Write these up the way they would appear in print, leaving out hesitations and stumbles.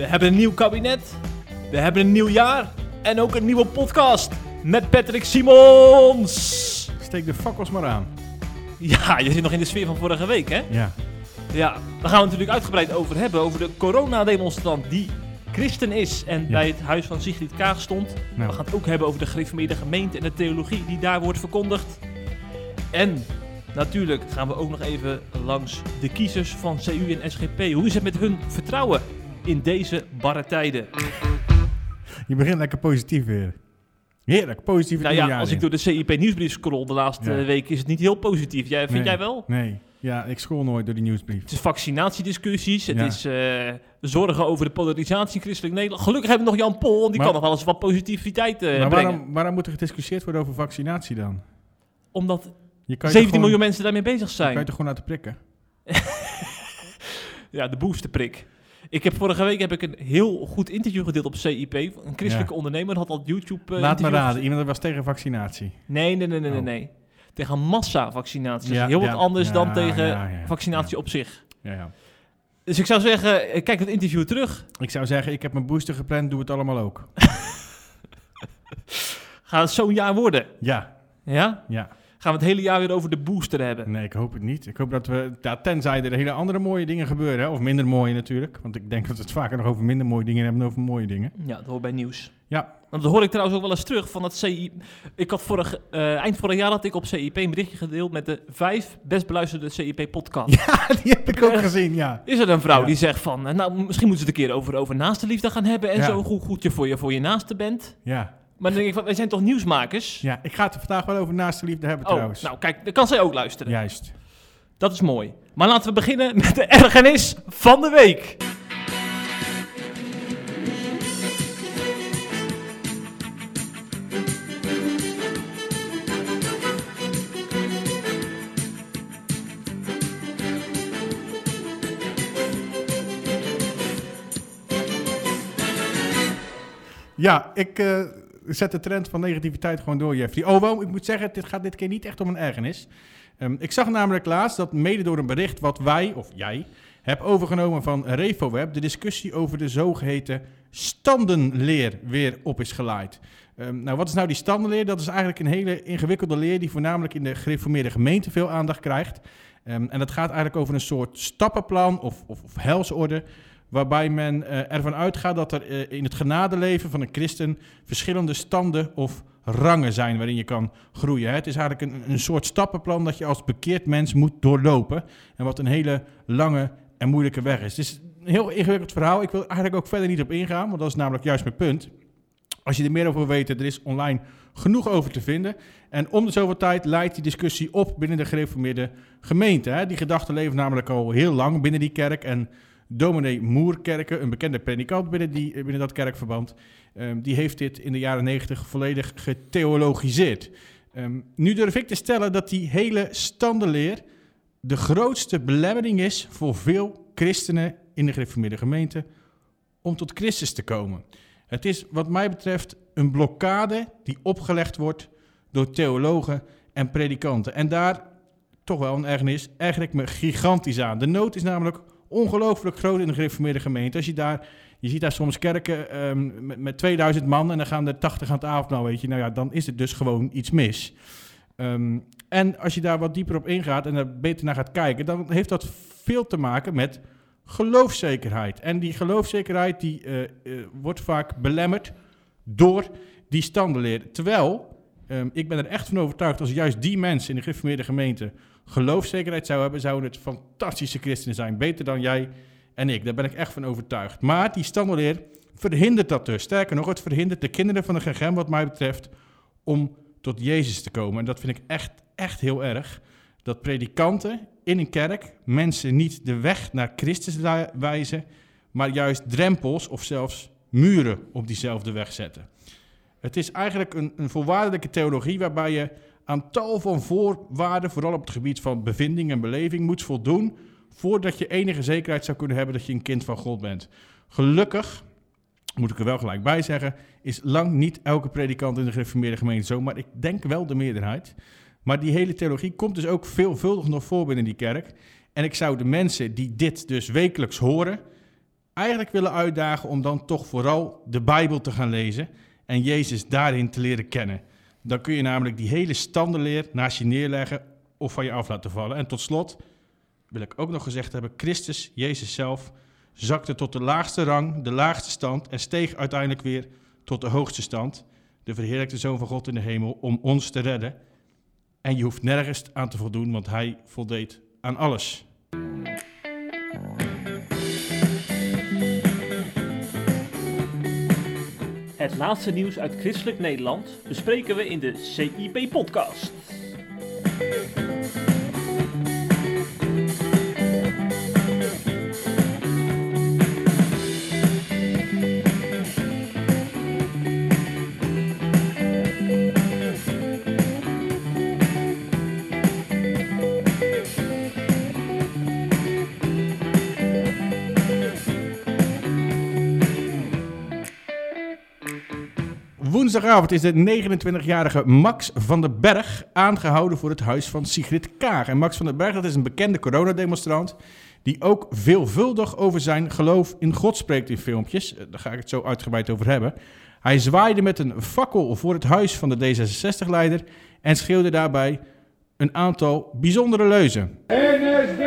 hebben een nieuw kabinet, we hebben een nieuw jaar en ook een nieuwe podcast met Patrick Simons. Steek de fakkels maar aan. Ja, je zit nog in de sfeer van vorige week, hè? Ja. Ja, daar gaan we het natuurlijk uitgebreid over hebben, over de coronademonstrant die christen is en bij het huis van Sigrid Kaag stond. Nou. We gaan het ook hebben over de gereformeerde gemeente en de theologie die daar wordt verkondigd. En natuurlijk gaan we ook nog even langs de kiezers van CU en SGP. Hoe is het met hun vertrouwen in deze barre tijden? Je begint lekker positief weer. Heerlijk, positief. Nou ja, als ik door de CIP nieuwsbrief scroll de laatste week is het niet heel positief. Vind jij wel? Nee, ja, ik scroll nooit door die nieuwsbrief. Het is vaccinatiediscussies, het is zorgen over de polarisatie in christelijk Nederland. Gelukkig hebben we nog Jan Pol, die kan nog wel eens wat positiviteit brengen. Waarom moet er gediscussieerd worden over vaccinatie dan? Omdat 17 gewoon, miljoen mensen daarmee bezig zijn. Kan je toch gewoon laten prikken? Ja, de boosterprik. Vorige week heb ik een heel goed interview gedeeld op CIP. Een christelijke ondernemer had al YouTube Laat me raden, iemand was tegen vaccinatie. Nee. Tegen massavaccinatie. Dat is heel wat anders dan tegen vaccinatie op zich. Ja. Dus ik zou zeggen, kijk het interview terug. Ik zou zeggen, ik heb mijn booster gepland, doe het allemaal ook. Gaat het zo'n jaar worden? Ja. Ja? Ja. Gaan we het hele jaar weer over de booster hebben? Nee, ik hoop het niet. Ik hoop dat we, tenzij er hele andere mooie dingen gebeuren, hè? Of minder mooie natuurlijk. Want ik denk dat we het vaker nog over minder mooie dingen hebben dan over mooie dingen. Ja, dat hoort bij nieuws. Ja. Want dat hoor ik trouwens ook wel eens terug van het CIP. Ik had eind vorig jaar had ik op CIP een berichtje gedeeld met de 5 best beluisterde CIP-podcasts. Ja, die heb ik ook gezien, ja. Is er een vrouw die zegt van, nou, misschien moeten ze het een keer over naaste liefde gaan hebben en zo, hoe goed je voor je naaste bent. Ja. Maar dan denk ik van, wij zijn toch nieuwsmakers? Ja, ik ga het er vandaag wel over naaste liefde hebben trouwens. Nou kijk, dan kan zij ook luisteren. Juist. Dat is mooi. Maar laten we beginnen met de ergernis van de week. Ja, ik zet de trend van negativiteit gewoon door, Jeffrey. Oh, ik moet zeggen, dit gaat dit keer niet echt om een ergernis. Ik zag namelijk laatst dat mede door een bericht wat wij, of jij, heb overgenomen van RefoWeb, de discussie over de zogeheten standenleer weer op is geleid. Nou, wat is nou die standenleer? Dat is eigenlijk een hele ingewikkelde leer die voornamelijk in de gereformeerde gemeente veel aandacht krijgt. En dat gaat eigenlijk over een soort stappenplan of helsorde, waarbij men ervan uitgaat dat er in het genadeleven van een christen verschillende standen of rangen zijn waarin je kan groeien. Het is eigenlijk een soort stappenplan dat je als bekeerd mens moet doorlopen en wat een hele lange en moeilijke weg is. Het is een heel ingewikkeld verhaal. Ik wil eigenlijk ook verder niet op ingaan, want dat is namelijk juist mijn punt. Als je er meer over wil weten, er is online genoeg over te vinden. En om de zoveel tijd leidt die discussie op binnen de gereformeerde gemeente. Die gedachte leeft namelijk al heel lang binnen die kerk. En dominee Moerkerke, een bekende predikant binnen dat kerkverband, die heeft dit in de jaren 90 volledig getheologiseerd. Nu durf ik te stellen dat die hele standenleer de grootste belemmering is voor veel christenen in de gereformeerde gemeente om tot Christus te komen. Het is wat mij betreft een blokkade die opgelegd wordt door theologen en predikanten. En daar, toch wel een ergernis, erger ik me gigantisch aan. De nood is namelijk ongelooflijk groot in de gereformeerde gemeente. Je ziet daar soms kerken met 2000 man en dan gaan er 80 aan het avondmaal, weet je. Nou ja, dan is het dus gewoon iets mis. En als je daar wat dieper op ingaat en er beter naar gaat kijken, dan heeft dat veel te maken met geloofszekerheid. En die geloofszekerheid die wordt vaak belemmerd door die standenleer. Terwijl, ik ben er echt van overtuigd, als juist die mensen in de gereformeerde gemeente geloofszekerheid zouden het fantastische christenen zijn. Beter dan jij en ik. Daar ben ik echt van overtuigd. Maar die standenleer verhindert dat dus. Sterker nog, het verhindert de kinderen van de GGM, wat mij betreft, om tot Jezus te komen. En dat vind ik echt heel erg. Dat predikanten in een kerk mensen niet de weg naar Christus wijzen, maar juist drempels of zelfs muren op diezelfde weg zetten. Het is eigenlijk een voorwaardelijke theologie waarbij je aan tal van voorwaarden, vooral op het gebied van bevinding en beleving, moet voldoen voordat je enige zekerheid zou kunnen hebben dat je een kind van God bent. Gelukkig, moet ik er wel gelijk bij zeggen, is lang niet elke predikant in de gereformeerde gemeente zo, maar ik denk wel de meerderheid. Maar die hele theologie komt dus ook veelvuldig nog voor binnen die kerk. En ik zou de mensen die dit dus wekelijks horen eigenlijk willen uitdagen om dan toch vooral de Bijbel te gaan lezen en Jezus daarin te leren kennen. Dan kun je namelijk die hele standenleer naast je neerleggen of van je af laten vallen. En tot slot wil ik ook nog gezegd hebben, Christus, Jezus zelf, zakte tot de laagste rang, de laagste stand en steeg uiteindelijk weer tot de hoogste stand, de verheerlijkte Zoon van God in de hemel, om ons te redden. En je hoeft nergens aan te voldoen, want hij voldeed aan alles. Het laatste nieuws uit Christelijk Nederland bespreken we in de CIP-podcast. Woensdagavond is de 29-jarige Max van den Berg aangehouden voor het huis van Sigrid Kaag. En Max van den Berg, dat is een bekende coronademonstrant die ook veelvuldig over zijn geloof in God spreekt in filmpjes. Daar ga ik het zo uitgebreid over hebben. Hij zwaaide met een fakkel voor het huis van de D66-leider en schreeuwde daarbij een aantal bijzondere leuzen. NSB,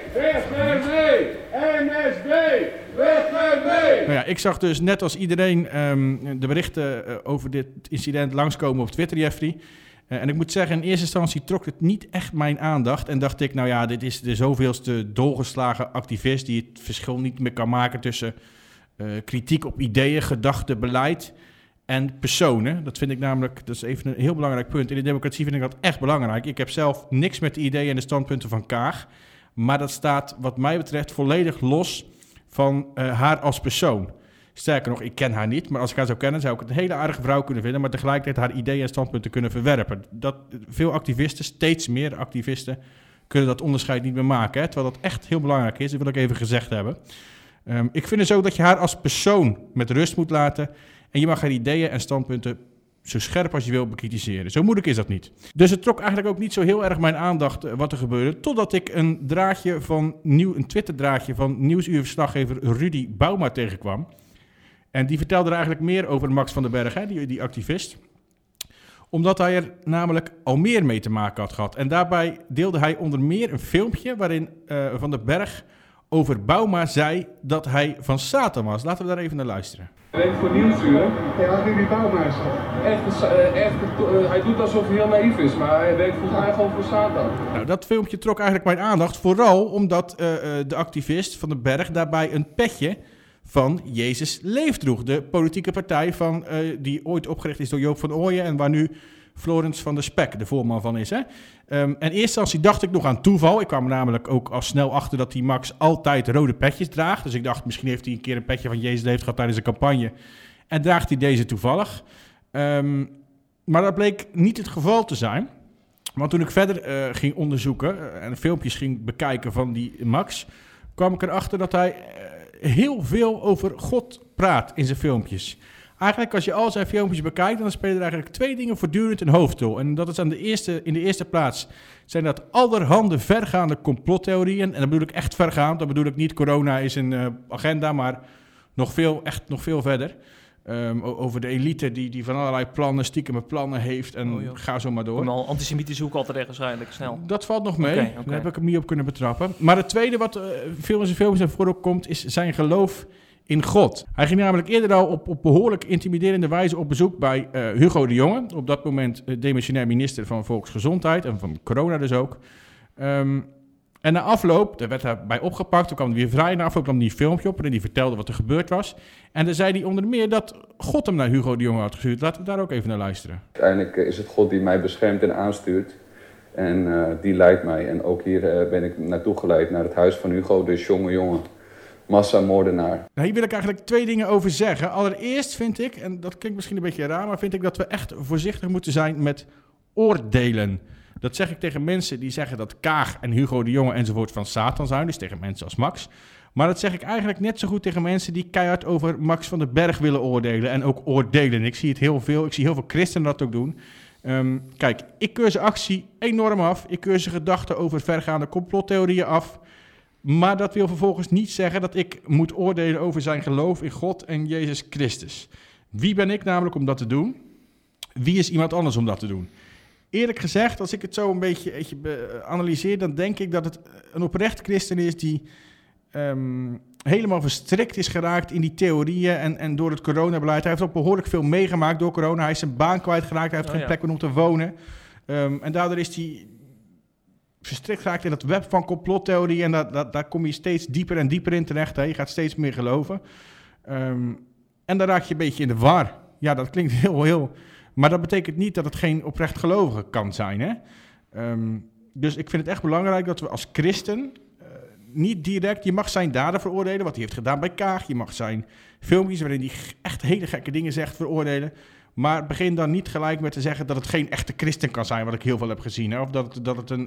WGB, NSB, WGB. Nou ja, ik zag dus net als iedereen de berichten over dit incident langskomen op Twitter, Jeffrey. En ik moet zeggen, in eerste instantie trok het niet echt mijn aandacht. En dacht ik, nou ja, dit is de zoveelste dolgeslagen activist die het verschil niet meer kan maken tussen kritiek op ideeën, gedachten, beleid en personen. Dat vind ik namelijk, dat is even een heel belangrijk punt. In de democratie vind ik dat echt belangrijk. Ik heb zelf niks met de ideeën en de standpunten van Kaag. Maar dat staat wat mij betreft volledig los van haar als persoon. Sterker nog, ik ken haar niet, maar als ik haar zou kennen, zou ik het een hele aardige vrouw kunnen vinden, maar tegelijkertijd haar ideeën en standpunten kunnen verwerpen. Veel activisten, steeds meer activisten, kunnen dat onderscheid niet meer maken. Hè? Terwijl dat echt heel belangrijk is, dat wil ik even gezegd hebben. Ik vind het zo dat je haar als persoon met rust moet laten en je mag haar ideeën en standpunten zo scherp als je wil bekritiseren. Zo moeilijk is dat niet. Dus het trok eigenlijk ook niet zo heel erg mijn aandacht wat er gebeurde, totdat ik een Twitter-draadje van Nieuwsuur-verslaggever Rudy Bouma tegenkwam. En die vertelde er eigenlijk meer over Max van den Berg, hè, die activist. Omdat hij er namelijk al meer mee te maken had gehad. En daarbij deelde hij onder meer een filmpje waarin Van den Berg over Bouma zei dat hij van Satan was. Laten we daar even naar luisteren. Werkt voor Nieuwsuur. Ja, Rudy Bouma is dat. Hij doet alsof hij heel naïef is, maar hij werkt volgens mij gewoon voor Satan. Nou, dat filmpje trok eigenlijk mijn aandacht. Vooral omdat de activist Van den Berg daarbij een petje van Jezus Leeft droeg. De politieke partij die ooit opgericht is door Joop van Ooyen en waar nu Florence van der Spek de voorman van is. Hè? En in eerste instantie dacht ik nog aan toeval. Ik kwam er namelijk ook al snel achter dat die Max altijd rode petjes draagt. Dus ik dacht, misschien heeft hij een keer een petje van Jezus Leeft gehad tijdens een campagne. En draagt hij deze toevallig. Maar dat bleek niet het geval te zijn. Want toen ik verder ging onderzoeken en filmpjes ging bekijken van die Max, kwam ik erachter dat hij heel veel over God praat in zijn filmpjes. Eigenlijk als je al zijn filmpjes bekijkt, dan spelen er eigenlijk twee dingen voortdurend een hoofdrol. En dat is in de eerste plaats zijn dat allerhande vergaande complottheorieën. En dan bedoel ik echt vergaand. Dan bedoel ik niet corona is een agenda, maar nog veel verder. Over de elite die van allerlei stiekeme plannen heeft en ga zo maar door. Om al antisemitisch hoek al terecht waarschijnlijk, snel. Dat valt nog mee, Okay. Daar heb ik hem niet op kunnen betrappen. Maar het tweede wat veel in zijn films naar voren komt, is zijn geloof in God. Hij ging namelijk eerder al op behoorlijk intimiderende wijze op bezoek bij Hugo de Jonge. Op dat moment demissionair minister van Volksgezondheid en van corona dus ook. En na afloop, daar werd hij bij opgepakt, toen kwam hij weer vrij. Na afloop kwam hij een filmpje op waarin hij vertelde wat er gebeurd was. En dan zei hij onder meer dat God hem naar Hugo de Jonge had gestuurd. Laten we daar ook even naar luisteren. Uiteindelijk is het God die mij beschermt en aanstuurt. En die leidt mij. En ook hier ben ik naartoe geleid, naar het huis van Hugo, dus jonge massamoordenaar. Nou, hier wil ik eigenlijk twee dingen over zeggen. Allereerst vind ik, en dat klinkt misschien een beetje raar, maar vind ik dat we echt voorzichtig moeten zijn met oordelen. Dat zeg ik tegen mensen die zeggen dat Kaag en Hugo de Jonge enzovoort van Satan zijn. Dus tegen mensen als Max. Maar dat zeg ik eigenlijk net zo goed tegen mensen die keihard over Max van den Berg willen oordelen. En ook oordelen. Ik zie het heel veel. Ik zie heel veel christenen dat ook doen. Kijk, ik keur zijn actie enorm af. Ik keur zijn gedachten over vergaande complottheorieën af. Maar dat wil vervolgens niet zeggen dat ik moet oordelen over zijn geloof in God en Jezus Christus. Wie ben ik namelijk om dat te doen? Wie is iemand anders om dat te doen? Eerlijk gezegd, als ik het zo een beetje analyseer, dan denk ik dat het een oprecht christen is die helemaal verstrikt is geraakt in die theorieën en door het coronabeleid. Hij heeft ook behoorlijk veel meegemaakt door corona. Hij is zijn baan kwijtgeraakt, hij heeft geen plek meer om te wonen. En daardoor is hij verstrikt geraakt in het web van complottheorieën. En daar kom je steeds dieper en dieper in terecht. Hè. Je gaat steeds meer geloven. En dan raak je een beetje in de war. Ja, dat klinkt heel... Maar dat betekent niet dat het geen oprecht gelovige kan zijn. Hè? Dus ik vind het echt belangrijk dat we als christen niet direct... Je mag zijn daden veroordelen, wat hij heeft gedaan bij Kaag. Je mag zijn filmpjes waarin hij echt hele gekke dingen zegt veroordelen. Maar begin dan niet gelijk met te zeggen dat het geen echte christen kan zijn, wat ik heel veel heb gezien. Hè? Of dat het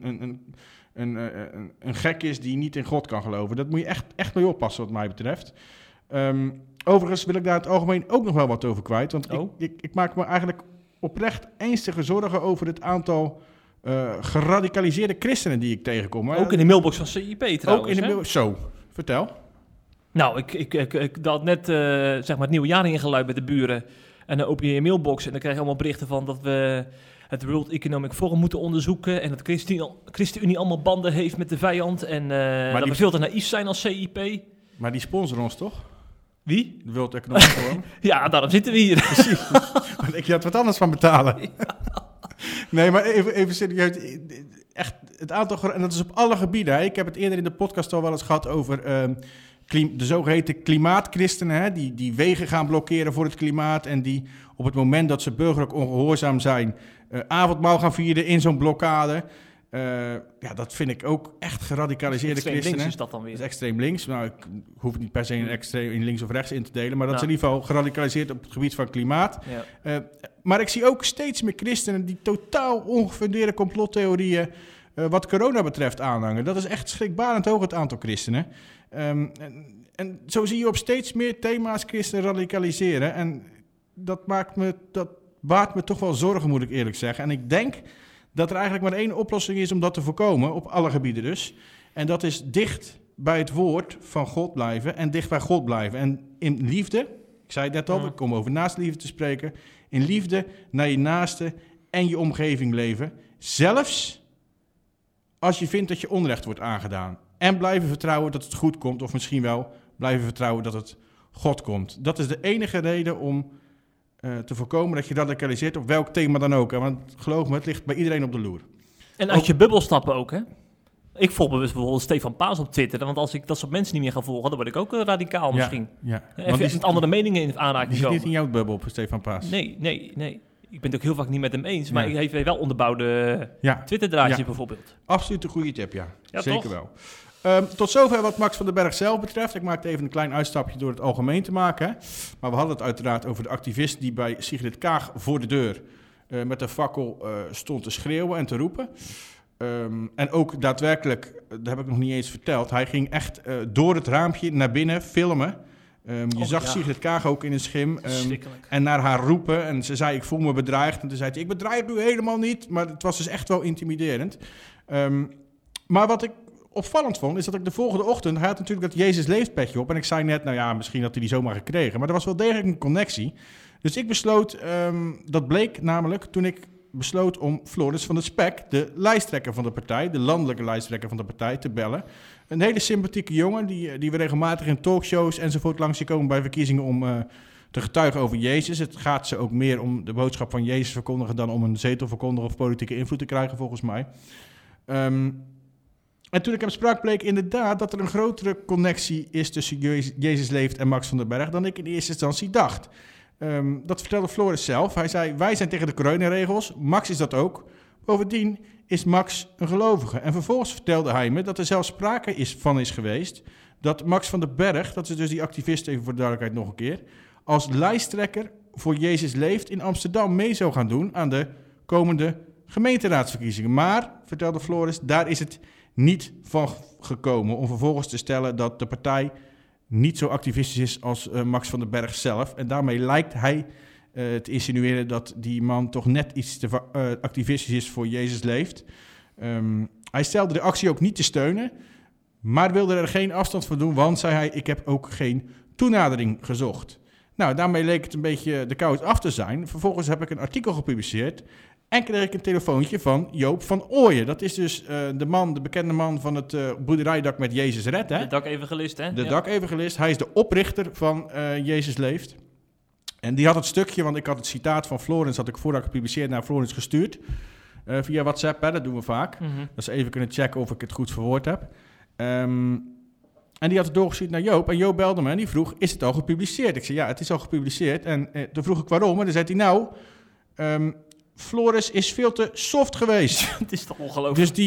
een gek is die niet in God kan geloven. Dat moet je echt mee oppassen wat mij betreft. Overigens wil ik daar in het algemeen ook nog wel wat over kwijt. Want ik maak me eigenlijk oprecht ernstige zorgen over het aantal geradicaliseerde christenen die ik tegenkom. Ook in de mailbox van CIP trouwens. Ook in de mailbox. Zo, vertel. Nou, ik had net zeg maar het nieuwe jaar ingeluid met de buren. En dan open je mailbox en dan krijg je allemaal berichten van dat we het World Economic Forum moeten onderzoeken. En dat ChristenUnie allemaal banden heeft met de vijand. En dat we veel te naïef zijn als CIP. Maar die sponsoren ons toch? Wie? De World Economic Forum. Ja, daarom zitten we hier. Precies. Ik had wat anders van betalen. Ja. Nee, maar even serieus. Echt, het aantal... En dat is op alle gebieden. Hè. Ik heb het eerder in de podcast al wel eens gehad over de zogeheten klimaatchristenen. Hè, die wegen gaan blokkeren voor het klimaat. En die op het moment dat ze burgerlijk ongehoorzaam zijn... avondmaal gaan vieren in zo'n blokkade. Ja, dat vind ik ook echt geradicaliseerde extreem christenen. Links is dat dan weer. Dat is extreem links. Nou, ik hoef het niet per se in links of rechts in te delen, maar dat is in ieder geval geradicaliseerd op het gebied van klimaat. Ja. Maar ik zie ook steeds meer christenen die totaal ongefundeerde complottheorieën wat corona betreft aanhangen. Dat is echt schrikbarend hoog, het aantal christenen. En zo zie je op steeds meer thema's christenen radicaliseren. En dat baart me toch wel zorgen, moet ik eerlijk zeggen. En ik denk dat er eigenlijk maar één oplossing is om dat te voorkomen, op alle gebieden dus. En dat is dicht bij het woord van God blijven en dicht bij God blijven. En in liefde, ik zei het net al, ik kom over naastliefde te spreken, in liefde naar je naaste en je omgeving leven. Zelfs als je vindt dat je onrecht wordt aangedaan. En blijven vertrouwen dat het goed komt, of misschien wel blijven vertrouwen dat het God komt. Dat is de enige reden om te voorkomen dat je radicaliseert op welk thema dan ook. Hè? Want geloof me, het ligt bij iedereen op de loer. En uit je bubbel stappen ook, hè? Ik volg bijvoorbeeld Stefan Paas op Twitter. Want als ik dat soort mensen niet meer ga volgen, dan word ik ook radicaal misschien. Ja. Even met andere meningen in aanraking komen. Die zit niet in jouw bubbel op Stefan Paas. Nee. Ik ben het ook heel vaak niet met hem eens. Maar hij heeft wel onderbouwde Twitter-draadjes bijvoorbeeld. Absoluut een goede tip, ja zeker toch? wel. Tot zover wat Max van den Berg zelf betreft. Ik maakte even een klein uitstapje door het algemeen te maken. Hè. Maar we hadden het uiteraard over de activist die bij Sigrid Kaag voor de deur met een fakkel stond te schreeuwen en te roepen. En ook daadwerkelijk, dat heb ik nog niet eens verteld, hij ging echt door het raampje naar binnen filmen. Je zag Sigrid Kaag ook in een schim en naar haar roepen. En ze zei, ik voel me bedreigd. En toen zei hij, ik bedreig u helemaal niet. Maar het was dus echt wel intimiderend. Maar wat ik opvallend vond, is dat ik de volgende ochtend... Hij had natuurlijk dat Jezus leeft petje op. En ik zei net, nou ja, misschien had hij die zomaar gekregen. Maar er was wel degelijk een connectie. Dus ik besloot, dat bleek namelijk toen ik besloot om Floris van der Spek, de lijsttrekker van de partij, de landelijke lijsttrekker van de partij, te bellen. Een hele sympathieke jongen die we regelmatig in talkshows enzovoort langs zien komen bij verkiezingen om te getuigen over Jezus. Het gaat ze ook meer om de boodschap van Jezus verkondigen dan om een zetel verkondigen of politieke invloed te krijgen, volgens mij. En toen ik hem sprak, bleek inderdaad dat er een grotere connectie is tussen Jezus leeft en Max van den Berg dan ik in eerste instantie dacht. Dat vertelde Floris zelf. Hij zei, wij zijn tegen de coronaregels. Max is dat ook. Bovendien is Max een gelovige. En vervolgens vertelde hij me dat er zelfs sprake is geweest dat Max van den Berg, dat is dus die activist, even voor de duidelijkheid nog een keer, als lijsttrekker voor Jezus leeft in Amsterdam mee zou gaan doen aan de komende gemeenteraadsverkiezingen. Maar, vertelde Floris, daar is het niet van gekomen om vervolgens te stellen dat de partij niet zo activistisch is als Max van den Berg zelf. En daarmee lijkt hij te insinueren dat die man toch net iets te activistisch is voor Jezus leeft. Hij stelde de actie ook niet te steunen. maar wilde er geen afstand van doen, want, zei hij, ik heb ook geen toenadering gezocht. Nou, daarmee leek het een beetje de koud af te zijn. Vervolgens heb ik een artikel gepubliceerd en kreeg ik een telefoontje van Joop van Ooyen. Dat is dus de bekende man van het boerderijdak met Jezus Red. Hè? De dakevangelist, hè? De dakevangelist. Hij is de oprichter van Jezus Leeft. En die had het stukje, want ik had het citaat van Florence, had ik voordat ik gepubliceerd naar Florence gestuurd. Via WhatsApp, hè? Dat doen we vaak. Mm-hmm. Dat ze even kunnen checken of ik het goed verwoord heb. En die had het doorgestuurd naar Joop. En Joop belde me en die vroeg, is het al gepubliceerd? Ik zei, ja, het is al gepubliceerd. En toen vroeg ik waarom. En dan zei hij, nou, Floris is veel te soft geweest. Het is toch ongelooflijk. Dus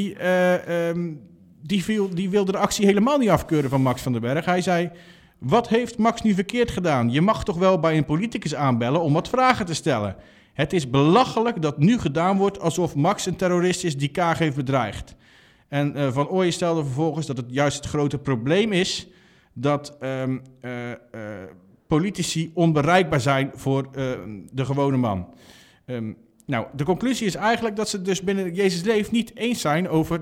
die wilde de actie helemaal niet afkeuren van Max van den Berg. Hij zei, wat heeft Max nu verkeerd gedaan? Je mag toch wel bij een politicus aanbellen om wat vragen te stellen. Het is belachelijk dat nu gedaan wordt alsof Max een terrorist is die Kaag heeft bedreigd. En Van Ooyen stelde vervolgens dat het juist het grote probleem is dat politici onbereikbaar zijn voor de gewone man. Nou, de conclusie is eigenlijk dat ze dus binnen Jezus Leeft niet eens zijn over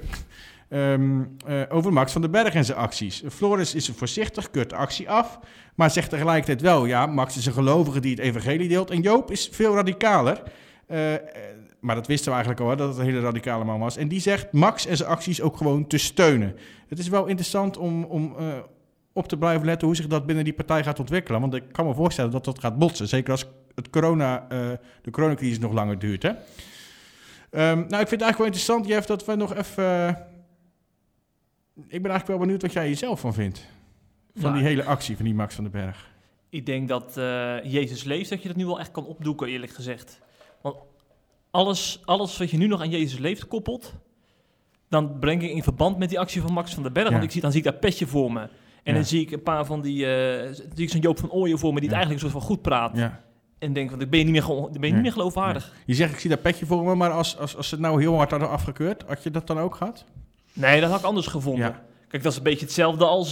over Max van den Berg en zijn acties. Floris is voorzichtig, keurt de actie af, maar zegt tegelijkertijd wel, ja, Max is een gelovige die het evangelie deelt. En Joop is veel radicaler. Maar dat wisten we eigenlijk al, hè, dat het een hele radicale man was. En die zegt Max en zijn acties ook gewoon te steunen. Het is wel interessant om op te blijven letten hoe zich dat binnen die partij gaat ontwikkelen. Want ik kan me voorstellen dat dat gaat botsen. Zeker als de coronacrisis nog langer duurt. Hè? Nou, ik vind het eigenlijk wel interessant, Jeff, dat we nog even... Ik ben eigenlijk wel benieuwd wat jij jezelf van vindt. Van die hele actie van die Max van den Berg. Ik denk dat Jezus Leeft, dat je dat nu wel echt kan opdoeken, eerlijk gezegd. Want alles wat je nu nog aan Jezus Leeft koppelt, dan breng ik in verband met die actie van Max van den Berg. Ja. Want dan zie ik dat petje voor me. En dan zie ik een paar van die... zie ik zo'n Joop van Ooyen voor me, die het eigenlijk een soort van goed praat. Ja. En denk van, dan ben je niet meer geloofwaardig. Nee. Je zegt, ik zie dat petje voor me, maar als ze het nou heel hard hadden afgekeurd, had je dat dan ook gehad? Nee, dat had ik anders gevonden. Ja. Kijk, dat is een beetje hetzelfde als...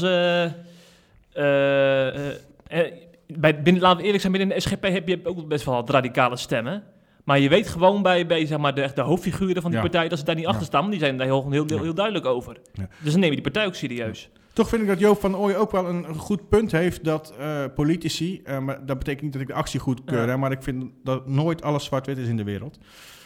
laten we eerlijk zijn, binnen de SGP heb je ook best wel wat radicale stemmen. Maar je weet gewoon bij zeg maar, de hoofdfiguren van die partij dat ze daar niet achter staan. Want die zijn daar heel duidelijk over. Ja. Dus dan neem je die partij ook serieus. Toch vind ik dat Joop van Ooyen ook wel een goed punt heeft dat politici... maar dat betekent niet dat ik de actie goedkeur, hè, maar ik vind dat nooit alles zwart-wit is in de wereld.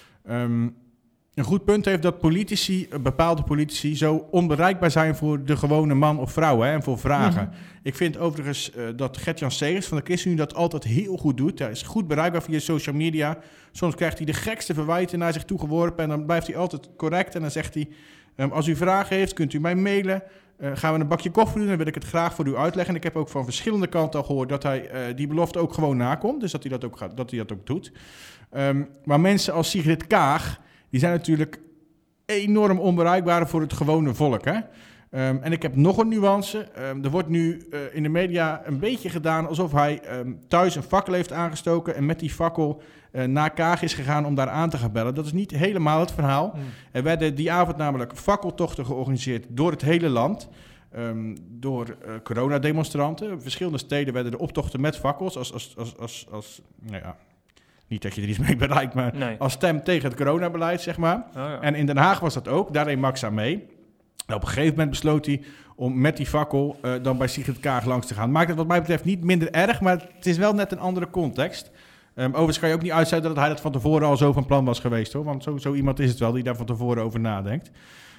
Een goed punt heeft dat bepaalde politici, zo onbereikbaar zijn voor de gewone man of vrouw, hè, en voor vragen. Mm-hmm. Ik vind overigens dat Gert-Jan Segers van de ChristenUnie dat altijd heel goed doet. Hij is goed bereikbaar via social media. Soms krijgt hij de gekste verwijten naar zich toe geworpen en dan blijft hij altijd correct. En dan zegt hij, als u vragen heeft, kunt u mij mailen. Gaan we een bakje koffie doen, dan wil ik het graag voor u uitleggen. En ik heb ook van verschillende kanten al gehoord dat hij die belofte ook gewoon nakomt. Dus dat hij dat ook doet. Maar mensen als Sigrid Kaag, die zijn natuurlijk enorm onbereikbaar voor het gewone volk. Hè? En ik heb nog een nuance. Er wordt nu in de media een beetje gedaan alsof hij thuis een fakkel heeft aangestoken en met die fakkel naar Kaag is gegaan om daar aan te gaan bellen. Dat is niet helemaal het verhaal. Er werden die avond namelijk fakkeltochten georganiseerd door het hele land. Door coronademonstranten. In verschillende steden werden er optochten met fakkels als nou ja, niet dat je er iets mee bereikt, maar als stem tegen het coronabeleid, zeg maar. Oh ja. En in Den Haag was dat ook. Daar deed Max aan mee. En op een gegeven moment besloot hij om met die fakkel dan bij Sigrid Kaag langs te gaan. Maakt het wat mij betreft niet minder erg, maar het is wel net een andere context. Overigens kan je ook niet uitzetten dat hij dat van tevoren al zo van plan was geweest, hoor. Want zo iemand is het wel die daar van tevoren over nadenkt.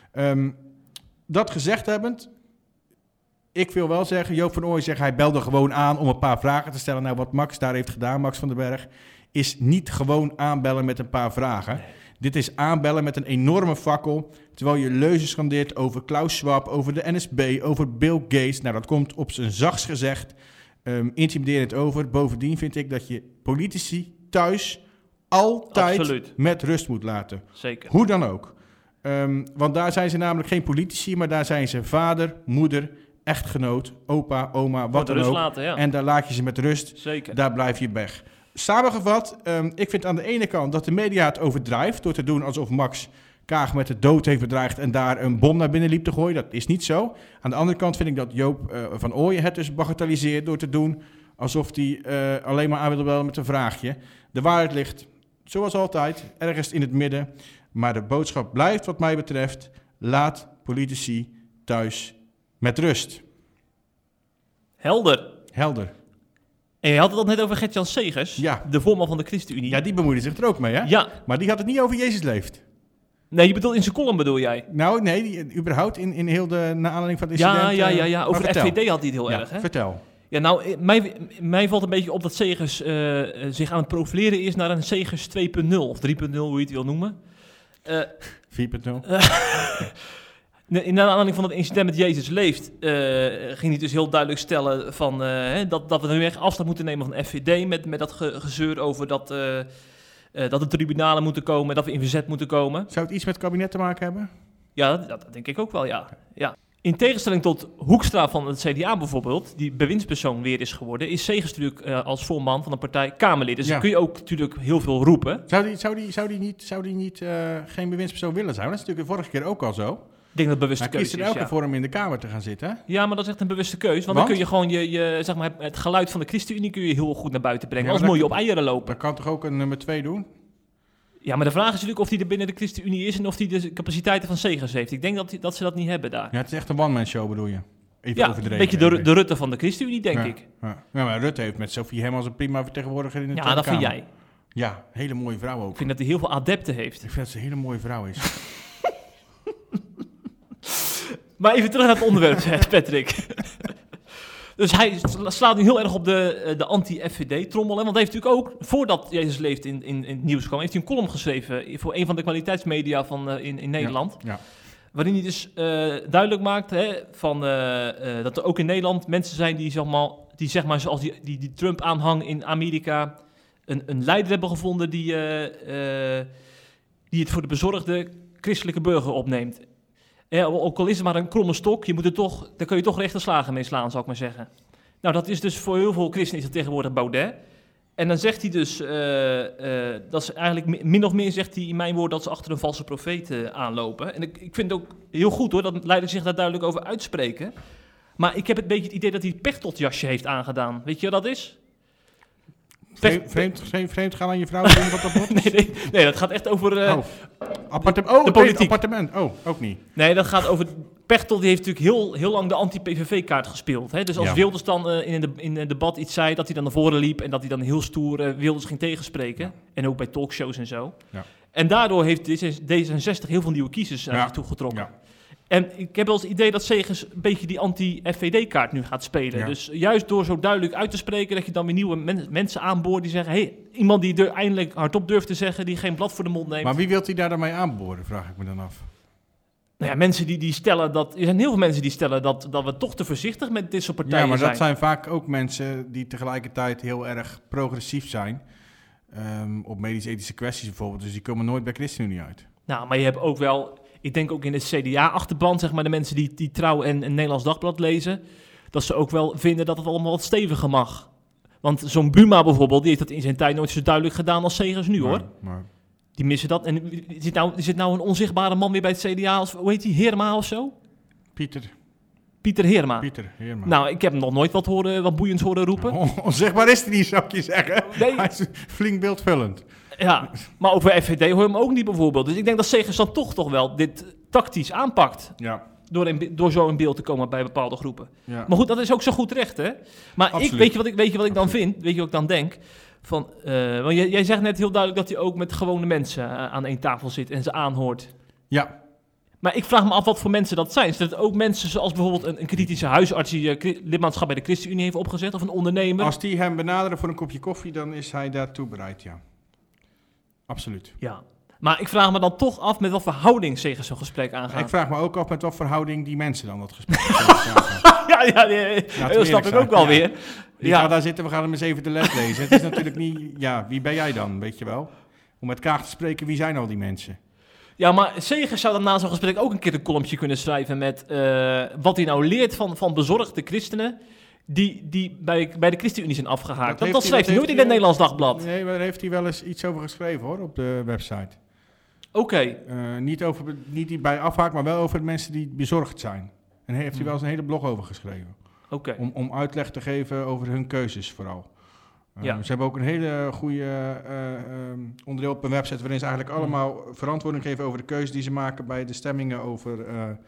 Dat gezegd hebbend, ik wil wel zeggen, Joop van Ooyen zegt, hij belde gewoon aan om een paar vragen te stellen. Nou, wat Max daar heeft gedaan, Max van den Berg, is niet gewoon aanbellen met een paar vragen. Nee. Dit is aanbellen met een enorme fakkel, terwijl je leuzen scandeert over Klaus Schwab, over de NSB, over Bill Gates. Nou, dat komt op zijn zachtst gezegd intimiderend over. Bovendien vind ik dat je politici thuis altijd met rust moet laten. Zeker. Hoe dan ook. Want daar zijn ze namelijk geen politici, maar daar zijn ze vader, moeder, echtgenoot, opa, oma, wat dan ook. Laten, ja. En daar laat je ze met rust. Zeker. Daar blijf je weg. Samengevat, ik vind aan de ene kant dat de media het overdrijft door te doen alsof Max Kaag met de dood heeft bedreigd en daar een bom naar binnen liep te gooien. Dat is niet zo. Aan de andere kant vind ik dat Joop van Ooyen het dus bagatelliseert door te doen alsof hij alleen maar aan wilde bellen met een vraagje. De waarheid ligt, zoals altijd, ergens in het midden. Maar de boodschap blijft wat mij betreft, laat politici thuis Met rust. Helder. En je had het al net over Gert-Jan Segers, Ja. de voorman van de ChristenUnie. Ja, die bemoeide zich er ook mee, hè? Ja. Maar die had het niet over Jezus leeft. Nee, je bedoelt in zijn column bedoel jij? Nou, nee, überhaupt in heel de naar aanleiding van het incident. Ja. Over de vertel. FVD had hij het heel Ja, erg, hè? vertel. Ja, nou, mij valt een beetje op dat Segers zich aan het profileren is naar een Segers 2.0 of 3.0, hoe je het wil noemen. 4.0. In aanleiding van het incident met Jezus leeft, ging hij dus heel duidelijk stellen van, dat we nu echt afstand moeten nemen van FVD met dat gezeur over dat de tribunalen moeten komen, dat we in verzet moeten komen. Zou het iets met het kabinet te maken hebben? Ja, dat denk ik ook wel, ja. In tegenstelling tot Hoekstra van het CDA bijvoorbeeld, die bewindspersoon weer is geworden, is Segers natuurlijk als voorman van een partij Kamerlid. Dus dan kun je ook natuurlijk heel veel roepen. Zou die niet geen bewindspersoon willen zijn? Dat is natuurlijk de vorige keer ook al zo. Ik denk dat het bewuste Hij keuze kiest is, er elke vorm in de Kamer te gaan zitten. Ja, maar dat is echt een bewuste keuze. Want dan kun je gewoon zeg maar, het geluid van de ChristenUnie kun je heel goed naar buiten brengen. Als moet je op eieren lopen. Dan kan toch ook een nummer 2 doen? Ja, maar de vraag is natuurlijk of hij er binnen de ChristenUnie is en of hij de capaciteiten van Segers heeft. Ik denk dat ze dat niet hebben daar. Ja, het is echt een one-man show bedoel je? Even Ja, overdreven. een beetje de Rutte van de ChristenUnie, denk ik. Ja, maar Rutte heeft met Sophie Hermans een prima vertegenwoordiger in de Tweede Ja, dat vind Kamer. jij. Ja, hele mooie vrouw ook. Ik vind dat hij heel veel adepten heeft. Ik vind dat ze een hele mooie vrouw is. Maar even terug naar het onderwerp, Patrick. Dus hij slaat nu heel erg op de anti-FVD-trommel. Want hij heeft natuurlijk ook, voordat Jezus leeft in het nieuws kwam, heeft hij een column geschreven voor een van de kwaliteitsmedia in Nederland. Ja. Waarin hij dus duidelijk maakt dat er ook in Nederland mensen zijn die zeg maar zoals die Trump-aanhang in Amerika een leider hebben gevonden die het voor de bezorgde christelijke burger opneemt. Ook al is het maar een kromme stok, daar kun je toch rechte slagen mee slaan, zou ik maar zeggen. Nou, dat is dus voor heel veel christenen is dat tegenwoordig Baudet. En dan zegt hij dus, dat ze eigenlijk min of meer zegt hij in mijn woord dat ze achter een valse profeet aanlopen. En ik vind het ook heel goed hoor, dat leiders zich daar duidelijk over uitspreken. Maar ik heb een beetje het idee dat hij het Pechtold-jasje heeft aangedaan. Weet je wat dat is? Vreemd gaan aan je vrouw doen wat dat wordt? Nee, dat gaat echt over de politiek. Appartement. Oh, ook niet. Nee, dat gaat over... Pechtold die heeft natuurlijk heel lang de anti-PVV-kaart gespeeld. Hè? Dus als Wilders dan in een debat iets zei, dat hij dan naar voren liep en dat hij dan heel stoer Wilders ging tegenspreken. Ja. En ook bij talkshows en zo. Ja. En daardoor heeft D66 heel veel nieuwe kiezers naar zich toe getrokken. Ja. En ik heb wel eens het idee dat Segers een beetje die anti-FVD-kaart nu gaat spelen. Ja. Dus juist door zo duidelijk uit te spreken dat je dan weer nieuwe mensen aanboort die zeggen... Hey, iemand die er eindelijk hardop durft te zeggen, die geen blad voor de mond neemt. Maar wie wilt hij daar dan mee aanboren, vraag ik me dan af. Nou ja, mensen die stellen dat... Er zijn heel veel mensen die stellen dat we toch te voorzichtig met dit soort partijen zijn. Ja, maar dat zijn vaak ook mensen die tegelijkertijd heel erg progressief zijn. Op medisch-ethische kwesties bijvoorbeeld. Dus die komen nooit bij ChristenUnie uit. Nou, maar je hebt ook wel... Ik denk ook in de CDA-achterban, zeg maar, de mensen die Trouw en Nederlands Dagblad lezen... dat ze ook wel vinden dat het allemaal wat steviger mag. Want zo'n Buma bijvoorbeeld, die heeft dat in zijn tijd nooit zo duidelijk gedaan als Segers nu, hoor. Maar... Die missen dat. En zit nou een onzichtbare man weer bij het CDA als, hoe heet die, Heerma of zo? Pieter Heerma. Nou, ik heb hem nog nooit wat boeiends horen roepen. Onzichtbaar is hij niet, zou ik je zeggen. Nee. Hij is flink beeldvullend. Ja, maar over FVD hoor je hem ook niet bijvoorbeeld. Dus ik denk dat Segers dan toch wel dit tactisch aanpakt. Ja. Door zo in beeld te komen bij bepaalde groepen. Ja. Maar goed, dat is ook zo goed recht, hè? Maar weet je wat ik dan vind? Weet je wat ik dan denk? Want jij zegt net heel duidelijk dat hij ook met gewone mensen aan één tafel zit en ze aanhoort. Ja. Maar ik vraag me af wat voor mensen dat zijn. Zijn dat ook mensen zoals bijvoorbeeld een kritische huisarts die lidmaatschap bij de ChristenUnie heeft opgezet of een ondernemer? Als die hem benaderen voor een kopje koffie, dan is hij daartoe bereid, ja. Absoluut. Ja. Maar ik vraag me dan toch af met wat verhouding Segers zo'n gesprek aangaat. Ik vraag me ook af met wat verhouding die mensen dan dat gesprek dat snap ik ook wel weer. Die gaat daar zitten, we gaan hem eens even de les lezen. Het is natuurlijk niet, wie ben jij dan, weet je wel? Om met Kaag te spreken, wie zijn al die mensen? Ja, maar Segers zou dan na zo'n gesprek ook een keer een columnje kunnen schrijven met wat hij nou leert van bezorgde christenen die bij de ChristenUnie zijn afgehaakt. Dat schrijft hij nooit in het Nederlands Dagblad. Nee, maar daar heeft hij wel eens iets over geschreven hoor, op de website. Oké. Niet bij afhaak, maar wel over de mensen die bezorgd zijn. En heeft hij wel eens een hele blog over geschreven. Okay. Om uitleg te geven over hun keuzes vooral. Ze hebben ook een hele goede onderdeel op een website waarin ze eigenlijk allemaal verantwoording geven over de keuzes die ze maken bij de stemmingen over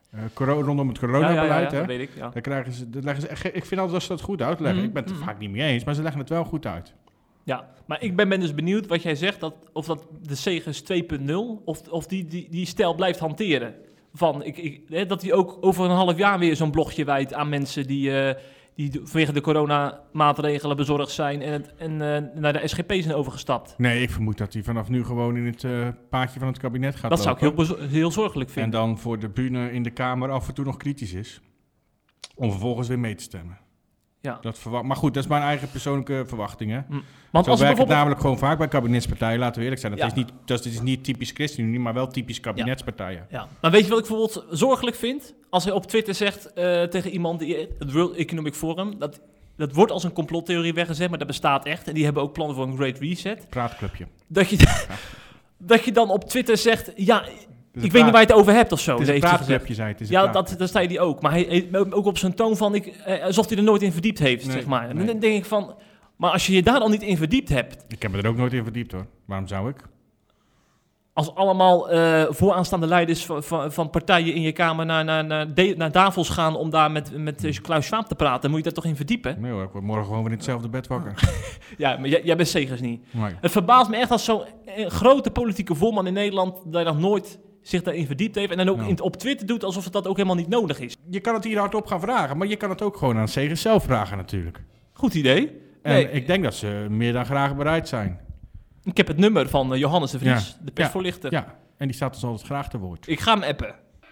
Rondom het coronabeleid. Ja, Hè? dat weet ik. Ja. Daar leggen ze echt, ik vind altijd dat ze dat goed uitleggen. Ik ben het er vaak niet mee eens, maar ze leggen het wel goed uit. Ja, maar ik ben dus benieuwd wat jij zegt, of dat de Segers 2.0, of die stijl blijft hanteren. Dat hij ook over een half jaar weer zo'n blogje wijdt aan mensen die vanwege de coronamaatregelen bezorgd zijn en naar de SGP zijn overgestapt. Nee, ik vermoed dat hij vanaf nu gewoon in het paadje van het kabinet gaat Dat lopen. zou ik heel zorgelijk vinden. En dan voor de bühne in de Kamer af en toe nog kritisch is. Om vervolgens weer mee te stemmen. Ja. Maar goed, dat is mijn eigen persoonlijke verwachting. Hè? Want Zo als werkt het namelijk gewoon vaak bij kabinetspartijen, laten we eerlijk zijn. Dat is niet typisch ChristenUnie, maar wel typisch kabinetspartijen. Ja. Maar weet je wat ik bijvoorbeeld zorgelijk vind? Als hij op Twitter zegt tegen iemand, het World Economic Forum, dat wordt als een complottheorie weggezet, maar dat bestaat echt. En die hebben ook plannen voor een Great Reset. Praatclubje. Dat je dan op Twitter zegt, ja, ik weet niet waar je het over hebt of zo. Het is een praatclubje, zei het. Ja, dat zei hij ook. Maar hij ook op zijn toon van, alsof hij er nooit in verdiept heeft, zeg maar. Nee. Dan denk ik van, maar als je je daar al niet in verdiept hebt... Ik heb me er ook nooit in verdiept, hoor. Waarom zou ik? Als allemaal vooraanstaande leiders van partijen in je kamer naar Davos gaan om daar met Klaus Schwab te praten, moet je daar toch in verdiepen? Nee hoor, ik word morgen gewoon weer in hetzelfde bed wakker. Ja, maar jij bent Segers niet. Nee. Het verbaast me echt als zo'n grote politieke voorman in Nederland dat nog nooit zich daarin verdiept heeft en dan ook op Twitter doet alsof het dat ook helemaal niet nodig is. Je kan het hier hardop gaan vragen, maar je kan het ook gewoon aan Segers zelf vragen natuurlijk. Goed idee. En ik denk dat ze meer dan graag bereid zijn. Ik heb het nummer van Johannes de Vries, de persvoorlichter. Ja, en die staat dus altijd graag te woord. Ik ga hem appen.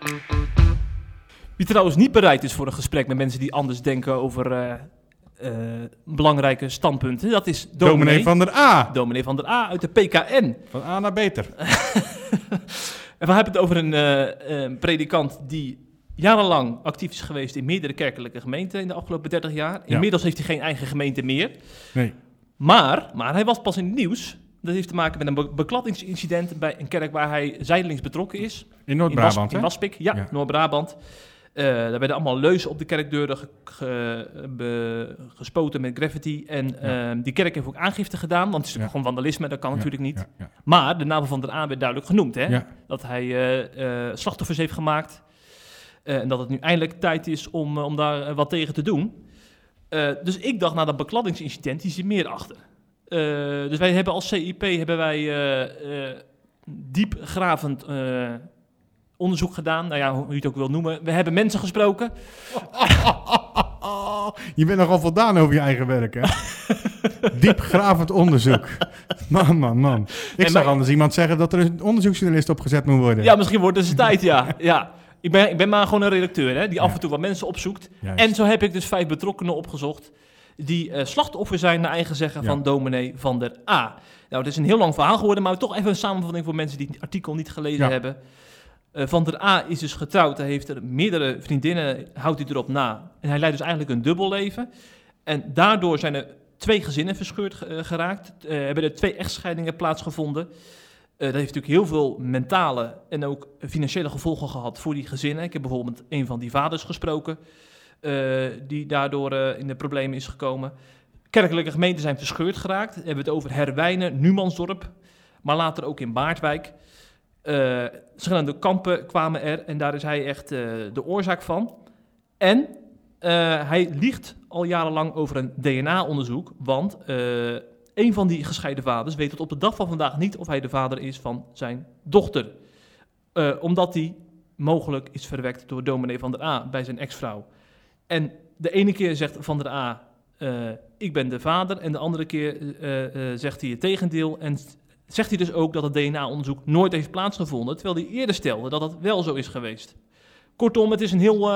Wie trouwens niet bereid is voor een gesprek met mensen die anders denken over belangrijke standpunten, dat is Dominee van der A. Dominee van der A uit de PKN. Van A naar beter. En we hebben het over een predikant die jarenlang actief is geweest in meerdere kerkelijke gemeenten in de afgelopen 30 jaar. Inmiddels heeft hij geen eigen gemeente meer. Nee. Maar hij was pas in het nieuws. Dat heeft te maken met een bekladdingsincident bij een kerk waar hij zijdelings betrokken is. In Noord-Brabant, hè? In Waspik, ja. Noord-Brabant. Daar werden allemaal leuzen op de kerkdeuren gespoten met graffiti. En die kerk heeft ook aangifte gedaan, want het is gewoon vandalisme, dat kan natuurlijk niet. Ja. Maar de naam van der A werd duidelijk genoemd, hè? Ja. Dat hij slachtoffers heeft gemaakt. En dat het nu eindelijk tijd is om daar wat tegen te doen. Dus ik dacht, na dat bekladdingsincident, die zit meer achter. Dus wij hebben als CIP diepgravend onderzoek gedaan. Nou ja, hoe je het ook wil noemen. We hebben mensen gesproken. Je bent nogal voldaan over je eigen werk, hè? Diepgravend onderzoek. Man. Ik zag anders iemand zeggen dat er een onderzoeksjournalist opgezet moet worden. Ja, misschien wordt het eens tijd, ja. Ik ben maar gewoon een redacteur, hè, die af en toe wat mensen opzoekt. Juist. En zo heb ik dus 5 betrokkenen opgezocht die slachtoffer zijn naar eigen zeggen van dominee van der A. Nou, het is een heel lang verhaal geworden, maar toch even een samenvatting voor mensen die het artikel niet gelezen hebben. Van der A is dus getrouwd, hij heeft er meerdere vriendinnen, houdt hij erop na. En hij leidt dus eigenlijk een dubbel leven. En daardoor zijn er 2 gezinnen verscheurd geraakt. Hebben er 2 echtscheidingen plaatsgevonden. Dat heeft natuurlijk heel veel mentale en ook financiële gevolgen gehad voor die gezinnen. Ik heb bijvoorbeeld een van die vaders gesproken, die daardoor in de problemen is gekomen. Kerkelijke gemeenten zijn verscheurd geraakt. We hebben het over Herwijnen, Numansdorp, maar later ook in Baardwijk. Verschillende kampen kwamen er en daar is hij echt de oorzaak van. En hij liegt al jarenlang over een DNA-onderzoek, want een van die gescheiden vaders weet tot op de dag van vandaag niet of hij de vader is van zijn dochter. Omdat hij mogelijk is verwekt door dominee van der A bij zijn ex-vrouw. En de ene keer zegt van der A, ik ben de vader, en de andere keer zegt hij het tegendeel. En zegt hij dus ook dat het DNA-onderzoek nooit heeft plaatsgevonden, terwijl hij eerder stelde dat dat wel zo is geweest. Kortom, het is een heel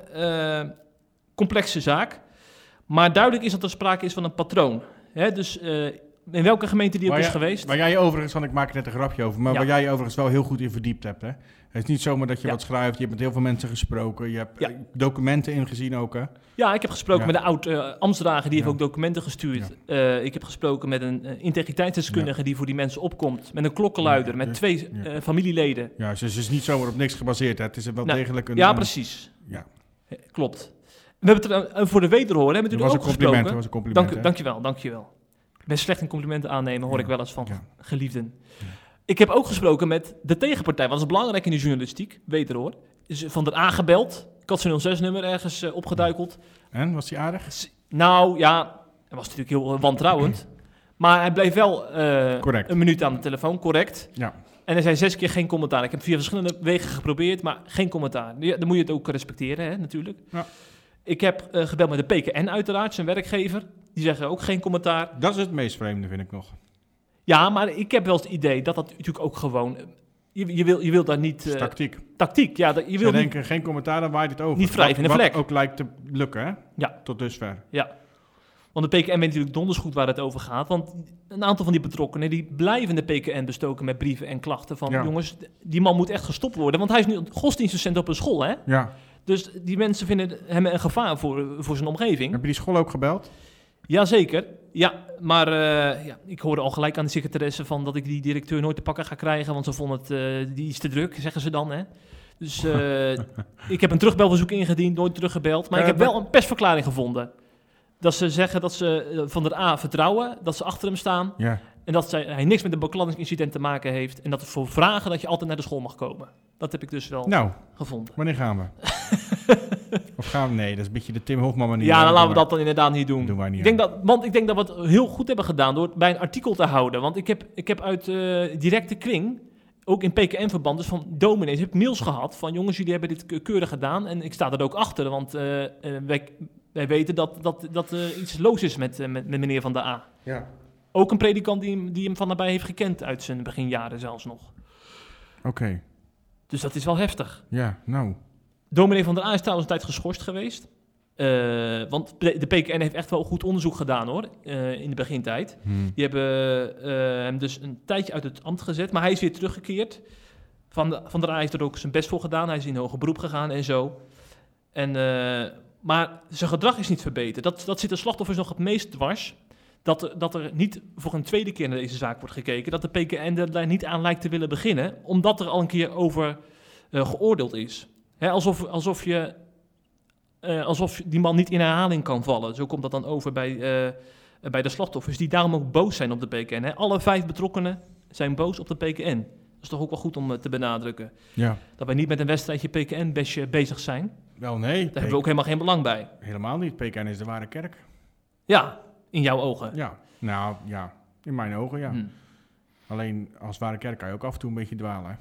complexe zaak, maar duidelijk is dat er sprake is van een patroon. Hè, dus in welke gemeente die ook is geweest. Waar jij overigens, want ik maak er net een grapje over, maar waar jij je overigens wel heel goed in verdiept hebt. Hè? Het is niet zomaar dat je wat schrijft, je hebt met heel veel mensen gesproken, je hebt documenten ingezien ook. Hè? Ja, ik heb gesproken met een oud-ambtsdrager, die heeft ook documenten gestuurd. Ja. Ik heb gesproken met een integriteitsdeskundige die voor die mensen opkomt, met een klokkenluider, met 2 familieleden. Ja, dus het is niet zomaar op niks gebaseerd, hè? Het is wel degelijk een... Ja, precies. Ja. Klopt. We hebben het voor de wederhoor, hebben we natuurlijk ook gesproken. Dat was een compliment. Dankjewel. Ik ben slecht in complimenten aannemen, hoor ik wel eens van geliefden. Ja. Ik heb ook gesproken met de tegenpartij, want dat is belangrijk in de journalistiek, wederhoor. is van der A gebeld. Ik had zijn 06-nummer ergens opgeduikeld. En, was hij aardig? Nou ja, hij was natuurlijk heel wantrouwend. Maar hij bleef wel Correct. een minuut aan de telefoon, correct. Ja. En hij zei 6 keer geen commentaar. Ik heb via verschillende wegen geprobeerd, maar geen commentaar. Ja, dan moet je het ook respecteren, hè, natuurlijk. Ja. Ik heb gebeld met de PKN uiteraard, zijn werkgever. Die zeggen ook geen commentaar. Dat is het meest vreemde, vind ik nog. Ja, maar ik heb wel het idee dat dat natuurlijk ook gewoon... Je wil daar niet... Tactiek. Tactiek, ja. Je wil Ze denken geen commentaar, dan waait het over. Niet wrijven in de vlek. Wat ook lijkt te lukken, hè? Ja. Tot dusver. Ja. Want de PKN weet natuurlijk donders goed waar het over gaat. Want een aantal van die betrokkenen... die blijven de PKN bestoken met brieven en klachten van... Ja. jongens, die man moet echt gestopt worden. Want hij is nu godsdienstdocent op een school, hè? Ja. Dus die mensen vinden hem een gevaar voor zijn omgeving. Heb je die school ook gebeld? Jazeker. Ja, maar ik hoorde al gelijk aan de secretaresse van dat ik die directeur nooit te pakken ga krijgen, want ze vonden het die is te druk, zeggen ze dan. Hè. Dus ik heb een terugbelverzoek ingediend, nooit teruggebeld. Maar ik heb wel een persverklaring gevonden. Dat ze zeggen dat ze van der A vertrouwen, dat ze achter hem staan. Ja. En dat hij niks met een bekladdingsincident te maken heeft. En dat voor vragen dat je altijd naar de school mag komen. Dat heb ik dus wel Nou, gevonden. wanneer gaan we? Of gaan we? Nee, dat is een beetje de Tim Hofman manier. Ja, dan laten we dat dan inderdaad niet doen. Doen wij niet. Ik denk dat we het heel goed hebben gedaan door het bij een artikel te houden. Want ik heb uit directe kring, ook in PKN-verband, dus van dominees, heb ik mails gehad van jongens, jullie hebben dit keurig gedaan. En ik sta er ook achter, want wij weten dat iets loos is met meneer Van der A. Ja. Ook een predikant die hem van nabij heeft gekend uit zijn beginjaren zelfs nog. Oké. Dus dat is wel heftig. Ja, nou. Dominee Van der A is trouwens een tijd geschorst geweest. Want de PKN heeft echt wel goed onderzoek gedaan hoor, in de begintijd. Die hebben hem dus een tijdje uit het ambt gezet, maar hij is weer teruggekeerd. Van der A heeft er ook zijn best voor gedaan, hij is in hoger beroep gegaan en zo. Maar zijn gedrag is niet verbeterd. Dat zit de slachtoffers nog het meest dwars. Dat er niet voor een tweede keer naar deze zaak wordt gekeken. Dat de PKN er niet aan lijkt te willen beginnen, omdat er al een keer over geoordeeld is. Hè, alsof die man niet in herhaling kan vallen. Zo komt dat dan over bij de slachtoffers, die daarom ook boos zijn op de PKN. Hè. Alle 5 betrokkenen zijn boos op de PKN. Dat is toch ook wel goed om te benadrukken. Ja. Dat wij niet met een wedstrijdje PKN-besje bezig zijn. Wel, nee. Daar hebben we ook helemaal geen belang bij. Helemaal niet. PKN is de ware kerk. Ja, in jouw ogen. Ja. Nou, ja. In mijn ogen, ja. Alleen als ware kerk kan je ook af en toe een beetje dwalen.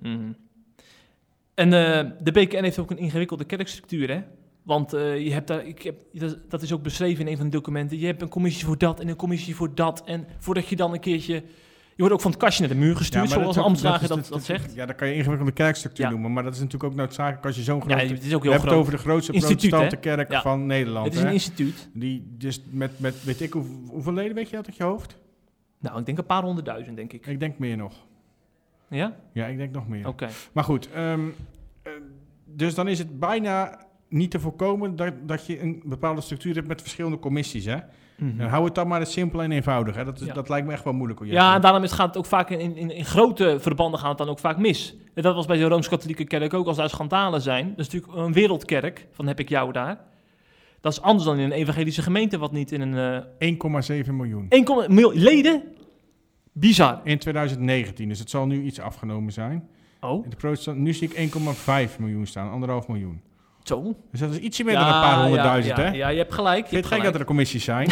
En de PKN heeft ook een ingewikkelde kerkstructuur, hè? Want je hebt daar, dat is ook beschreven in een van de documenten. Je hebt een commissie voor dat en een commissie voor dat. En voordat je dan een keertje... Je wordt ook van het kastje naar de muur gestuurd, zoals een ambtsdrager dat zegt. Ja, dat kan je ingewikkelde kerkstructuur noemen. Maar dat is natuurlijk ook noodzakelijk als je zo'n grote... Ja, het is ook heel je hebt groot. het over de grootste instituut, protestante kerk van Nederland. Het is een instituut. Die dus met weet ik hoeveel leden, weet je dat uit je hoofd? Nou, ik denk een paar 100.000, denk ik. Ik denk meer nog. Ja? Ja, ik denk nog meer. Oké. Maar goed, dus dan is het bijna niet te voorkomen dat je een bepaalde structuur hebt met verschillende commissies, hè? En hou het dan maar simpel en eenvoudig. Hè? Dat lijkt me echt wel moeilijk. Ja, en daarom gaat het ook vaak in grote verbanden gaat het dan ook vaak mis. En dat was bij de Rooms-Katholieke Kerk ook, als daar schandalen zijn. Dat is natuurlijk een wereldkerk, van heb ik jou daar. Dat is anders dan in een evangelische gemeente, wat niet in een... 1,7 miljoen. 1 miljoen leden? Bizar. In 2019, dus het zal nu iets afgenomen zijn. Oh. In de protestant, nu zie ik 1,5 miljoen staan, 1,5 miljoen. Zo. Dus dat is ietsje meer dan een paar honderdduizend, hè? Ja, je hebt gelijk. Je hebt gek dat er commissies zijn.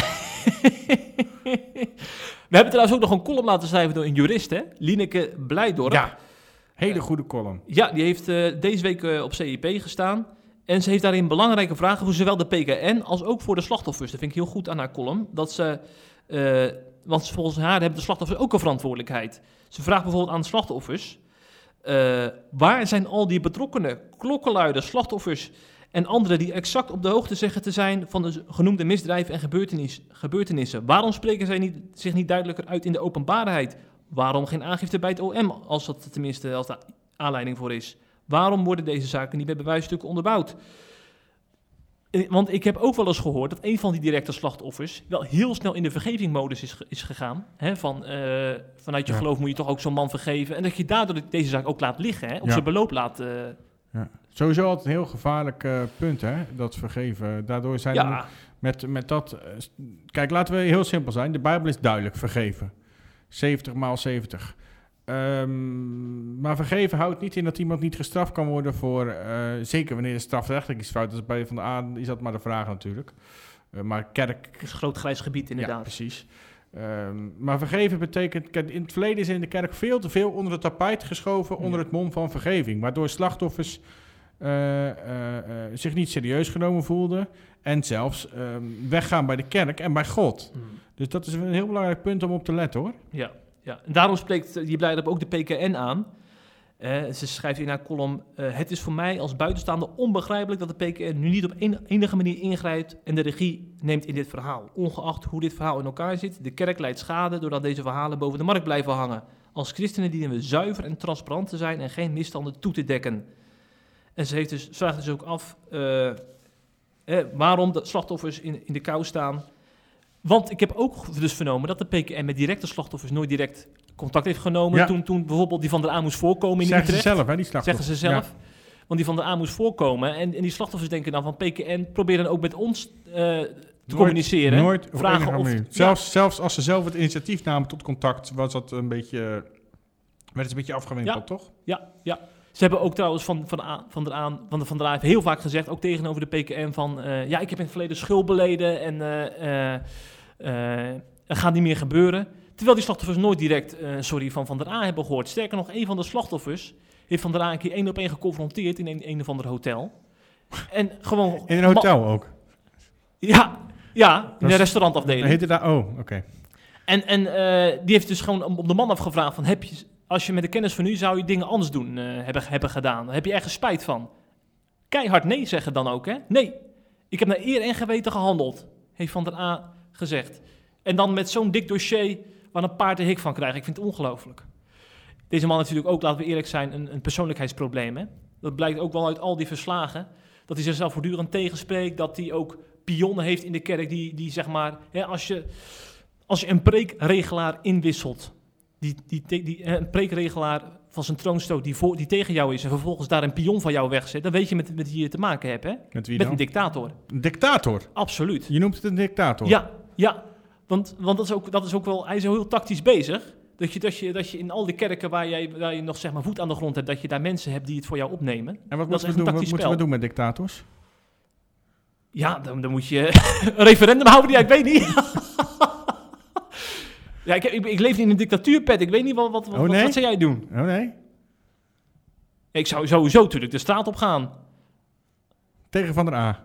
We hebben trouwens ook nog een column laten schrijven door een jurist, hè? Lieneke Blijdorp. Ja, hele goede column. Ja, die heeft deze week op CIP gestaan. En ze heeft daarin belangrijke vragen voor zowel de PKN als ook voor de slachtoffers. Dat vind ik heel goed aan haar column. Want volgens haar hebben de slachtoffers ook een verantwoordelijkheid. Ze vraagt bijvoorbeeld aan de slachtoffers... waar zijn al die betrokkenen, klokkenluiders, slachtoffers en anderen die exact op de hoogte zeggen te zijn van de genoemde misdrijven en gebeurtenissen? Waarom spreken zij zich niet duidelijker uit in de openbaarheid? Waarom geen aangifte bij het OM, als dat tenminste als daar aanleiding voor is? Waarom worden deze zaken niet met bewijsstukken onderbouwd? Want ik heb ook wel eens gehoord dat een van die directe slachtoffers wel heel snel in de vergevingmodus is gegaan. Hè? Vanuit je geloof moet je toch ook zo'n man vergeven. En dat je daardoor deze zaak ook laat liggen, hè? Op zijn beloop laat... Ja. Sowieso altijd een heel gevaarlijk punt, hè? Dat vergeven. Daardoor zijn er met dat... kijk, laten we heel simpel zijn. De Bijbel is duidelijk, vergeven. 70 maal 70. Maar vergeven houdt niet in dat iemand niet gestraft kan worden voor... zeker wanneer er strafrechtelijk is fout. Dus bij Van der Aan is dat maar de vraag natuurlijk. Maar kerk... Dat is een groot grijs gebied inderdaad. Ja, precies. Maar vergeven betekent... In het verleden is in de kerk veel te veel onder het tapijt geschoven... onder het mom van vergeving. Waardoor slachtoffers zich niet serieus genomen voelden... en zelfs weggaan bij de kerk en bij God. Dus dat is een heel belangrijk punt om op te letten, hoor. Ja. En daarom spreekt die blijdschap ook de PKN aan. Ze schrijft in haar column... het is voor mij als buitenstaander onbegrijpelijk... dat de PKN nu niet op enige manier ingrijpt... en de regie neemt in dit verhaal. Ongeacht hoe dit verhaal in elkaar zit... de kerk leidt schade doordat deze verhalen boven de markt blijven hangen. Als christenen dienen we zuiver en transparant te zijn... en geen misstanden toe te dekken. En ze vraagt dus ook af... waarom de slachtoffers in de kou staan... Want ik heb ook dus vernomen dat de PKN met directe slachtoffers nooit direct contact heeft genomen. Ja. Toen bijvoorbeeld die Van der Aan moest voorkomen in Utrecht. Zeggen ze zelf, hè, die slachtoffers. Zeggen ze zelf. Ja. Want die Van der Aan moest voorkomen. En die slachtoffers denken dan van PKN, probeer dan ook met ons te communiceren. Nooit vragen of... Zelfs als ze zelf het initiatief namen tot contact, was dat een beetje... werd het een beetje afgewimpeld, toch? Ja. Ze hebben ook trouwens Van der Aan heeft heel vaak gezegd, ook tegenover de PKN, van... ik heb in het verleden schuld beleden en het gaat niet meer gebeuren. Terwijl die slachtoffers nooit direct van der Aan hebben gehoord. Sterker nog, een van de slachtoffers heeft Van der Aan een keer 1-op-1 geconfronteerd in een of ander hotel. En gewoon... In een hotel ook? Ja, in de restaurantafdeling. Heette daar... Oh, oké. En die heeft dus gewoon op de man afgevraagd van... Als je met de kennis van nu zou je dingen anders doen hebben gedaan. Dan heb je ergens spijt van. Keihard nee zeggen dan ook, hè? Nee, ik heb naar eer en geweten gehandeld, heeft Van der A gezegd. En dan met zo'n dik dossier waar een paard de hik van krijgen. Ik vind het ongelooflijk. Deze man natuurlijk ook, laten we eerlijk zijn, een persoonlijkheidsprobleem, hè? Dat blijkt ook wel uit al die verslagen. Dat hij zichzelf voortdurend tegenspreekt. Dat hij ook pionnen heeft in de kerk die zeg maar... Hè, als je een preekregelaar inwisselt... een preekregelaar van zijn troonstoot die tegen jou is... en vervolgens daar een pion van jou wegzet... dan weet je met wie je te maken hebt, hè? Met wie dan? Met een dictator. Een dictator? Absoluut. Je noemt het een dictator? Ja. Want dat is ook wel... Hij is heel tactisch bezig. Dat je in al die kerken waar je nog zeg maar voet aan de grond hebt... dat je daar mensen hebt die het voor jou opnemen. En wat moeten we doen met dictators? Ja, dan moet je een referendum houden. Ja, ik weet niet... Ja, ik leef in een dictatuurpet. Ik weet niet wat zou jij doen? Oh nee? Ik zou sowieso natuurlijk de straat op gaan. Tegen Van der A?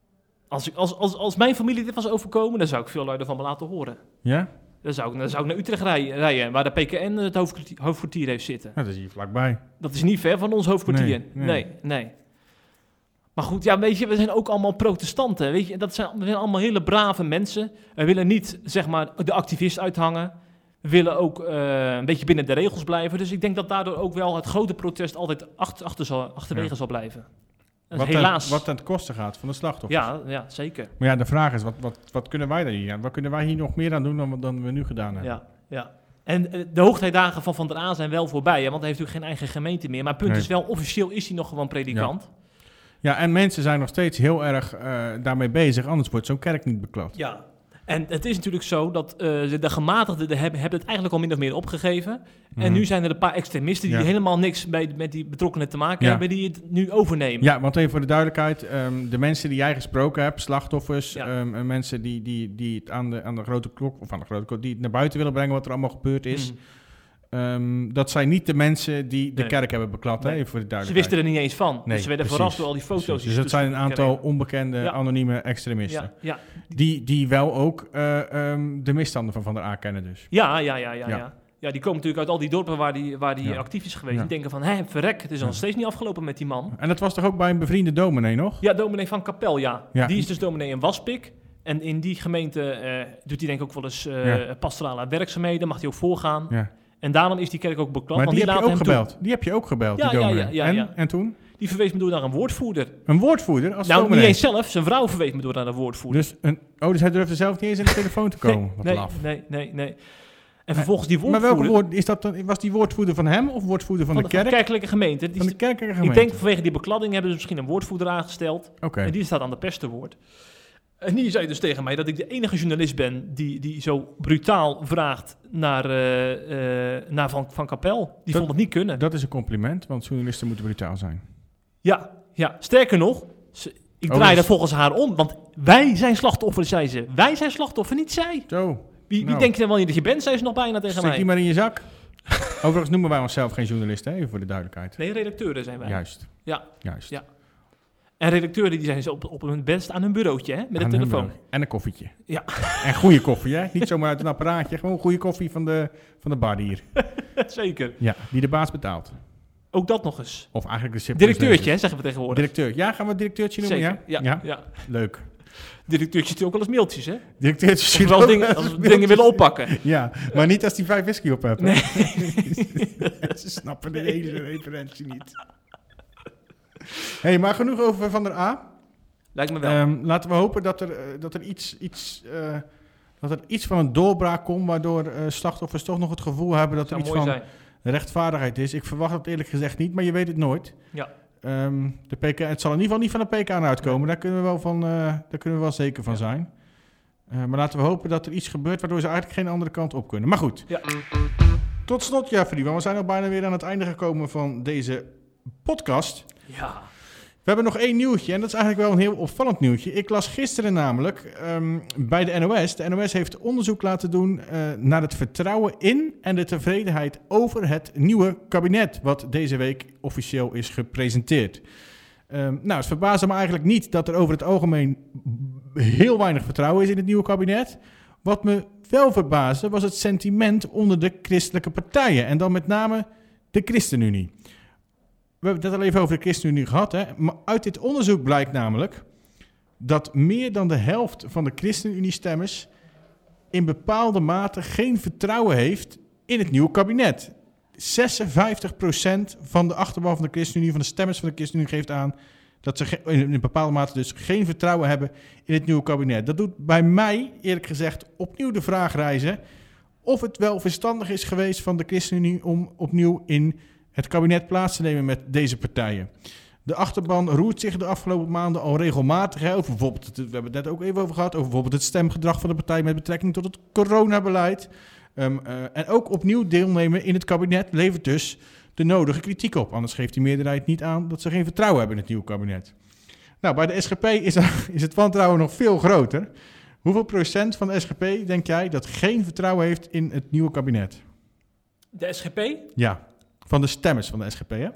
Als mijn familie dit was overkomen, dan zou ik veel luider van me laten horen. Ja? Dan zou ik naar Utrecht rijden, waar de PKN het hoofdkwartier heeft zitten. Nou, dat is hier vlakbij. Dat is niet ver van ons hoofdkwartier. Nee. Maar goed, ja, weet je, we zijn ook allemaal protestanten. Weet je, we zijn allemaal hele brave mensen. We willen niet, zeg maar, de activist uithangen. We willen ook een beetje binnen de regels blijven. Dus ik denk dat daardoor ook wel het grote protest altijd achterwege zal blijven. Helaas. Wat ten koste gaat van de slachtoffers. Ja, zeker. Maar ja, de vraag is, wat kunnen wij daar hier aan? Wat kunnen wij hier nog meer aan doen dan we nu gedaan hebben? Ja. En de hoogtijdagen van Van der Aan zijn wel voorbij, hè, want hij heeft natuurlijk geen eigen gemeente meer. Maar het punt is wel, officieel is hij nog gewoon predikant. Ja, en mensen zijn nog steeds heel erg daarmee bezig, anders wordt zo'n kerk niet beklad. Ja, en het is natuurlijk zo dat de gematigden hebben het eigenlijk al min of meer opgegeven. En nu zijn er een paar extremisten die helemaal niks met die betrokkenen te maken hebben, die het nu overnemen. Ja, want even voor de duidelijkheid, de mensen die jij gesproken hebt, slachtoffers, mensen die het aan de grote klok, of aan de grote klok, die het naar buiten willen brengen wat er allemaal gebeurd is. Dat zijn niet de mensen die de kerk hebben beklad, hè, even voor de duidelijkheid. Ze wisten er niet eens van. Dus ze werden verrast door al die foto's. Dus dat zijn een aantal onbekende, anonieme extremisten. Ja. Die wel ook de misstanden van der A kennen dus. Ja. Ja, die komen natuurlijk uit al die dorpen waar die actief is geweest. Die denken van, verrek, het is nog steeds niet afgelopen met die man. En dat was toch ook bij een bevriende dominee nog? Ja, dominee van Kapel, ja. Die is dus dominee in Waspik. En in die gemeente doet hij denk ik ook wel eens pastorale werkzaamheden. Mag hij ook voorgaan. Ja. En daarom is die kerk ook beklad. Maar die heb je ook gebeld? Die heb je ook gebeld, die dominee? Ja. En toen? Die verwees me door naar een woordvoerder. Een woordvoerder? Als nou, niet eens zelf. Zijn vrouw verwees me door naar een woordvoerder. Dus hij durfde zelf niet eens in de telefoon te komen? Nee. En vervolgens die woordvoerder... Maar welke woord is dat dan? Was die woordvoerder van hem of woordvoerder van de kerk? Van de kerkelijke gemeente. Van de kerkelijke gemeente. Ik denk vanwege die bekladding hebben ze misschien een woordvoerder aangesteld. Okay. En die staat aan de pers te woord. En nu zei je dus tegen mij dat ik de enige journalist ben die zo brutaal vraagt naar Van Kapel. Die vond het niet kunnen. Dat is een compliment, want journalisten moeten brutaal zijn. Ja. Sterker nog, ik draai dat volgens haar om. Want wij zijn slachtoffer, zei ze. Wij zijn slachtoffer, niet zij. Zo. Wie denk je dan wel niet dat je bent, zei ze nog bijna tegen mij. Steek die maar in je zak. Overigens noemen wij onszelf geen journalisten, even voor de duidelijkheid. Nee, redacteuren zijn wij. Juist. Ja. Juist. Ja. En redacteuren die zijn op hun best aan hun bureautje, hè? Met een telefoon. En een koffietje. Ja. En goede koffie, hè? Niet zomaar uit een apparaatje. Gewoon goede koffie van de bar hier. Zeker. Ja, die de baas betaalt. Ook dat nog eens. Of eigenlijk de SIP. Directeurtje, hè, zeggen we tegenwoordig. Directeur. Ja, gaan we het directeurtje noemen? Zeker. Ja. Leuk. Directeurtje stuurt ook wel eens mailtjes, hè? Directeurtje als we dingen willen oppakken. Ja, maar niet als die 5 whisky op hebben. Nee. Ze snappen de hele referentie niet. Maar genoeg over Van der A. Lijkt me wel. Laten we hopen dat er iets van een doorbraak komt, waardoor slachtoffers toch nog het gevoel hebben dat er iets van rechtvaardigheid is. Ik verwacht het eerlijk gezegd niet, maar je weet het nooit. Ja. De PK, het zal in ieder geval niet van de PK uitkomen. Daar kunnen we wel zeker van zijn. Maar laten we hopen dat er iets gebeurt waardoor ze eigenlijk geen andere kant op kunnen. Maar goed. Ja. Tot slot, Jeffrey, want we zijn al bijna weer aan het einde gekomen van deze podcast. Ja. We hebben nog 1 nieuwtje en dat is eigenlijk wel een heel opvallend nieuwtje. Ik las gisteren namelijk bij de NOS. De NOS heeft onderzoek laten doen naar het vertrouwen in en de tevredenheid over het nieuwe kabinet, wat deze week officieel is gepresenteerd. Het verbaasde me eigenlijk niet dat er over het algemeen heel weinig vertrouwen is in het nieuwe kabinet. Wat me wel verbaasde was het sentiment onder de christelijke partijen en dan met name de ChristenUnie. We hebben het al even over de ChristenUnie gehad, hè? Maar uit dit onderzoek blijkt namelijk dat meer dan de helft van de ChristenUnie-stemmers in bepaalde mate geen vertrouwen heeft in het nieuwe kabinet. 56% van de achterban van de ChristenUnie, van de stemmers van de ChristenUnie, geeft aan dat ze in bepaalde mate dus geen vertrouwen hebben in het nieuwe kabinet. Dat doet bij mij, eerlijk gezegd, opnieuw de vraag rijzen of het wel verstandig is geweest van de ChristenUnie om opnieuw in het kabinet plaats te nemen met deze partijen. De achterban roert zich de afgelopen maanden al regelmatig. Hè, over bijvoorbeeld, we hebben het net ook even over gehad, over bijvoorbeeld het stemgedrag van de partij met betrekking tot het coronabeleid. En ook opnieuw deelnemen in het kabinet levert dus de nodige kritiek op. Anders geeft die meerderheid niet aan dat ze geen vertrouwen hebben in het nieuwe kabinet. Nou, bij de SGP is het wantrouwen nog veel groter. Hoeveel procent van de SGP denk jij dat geen vertrouwen heeft in het nieuwe kabinet? De SGP? Ja. Van de stemmers van de SGP, hè?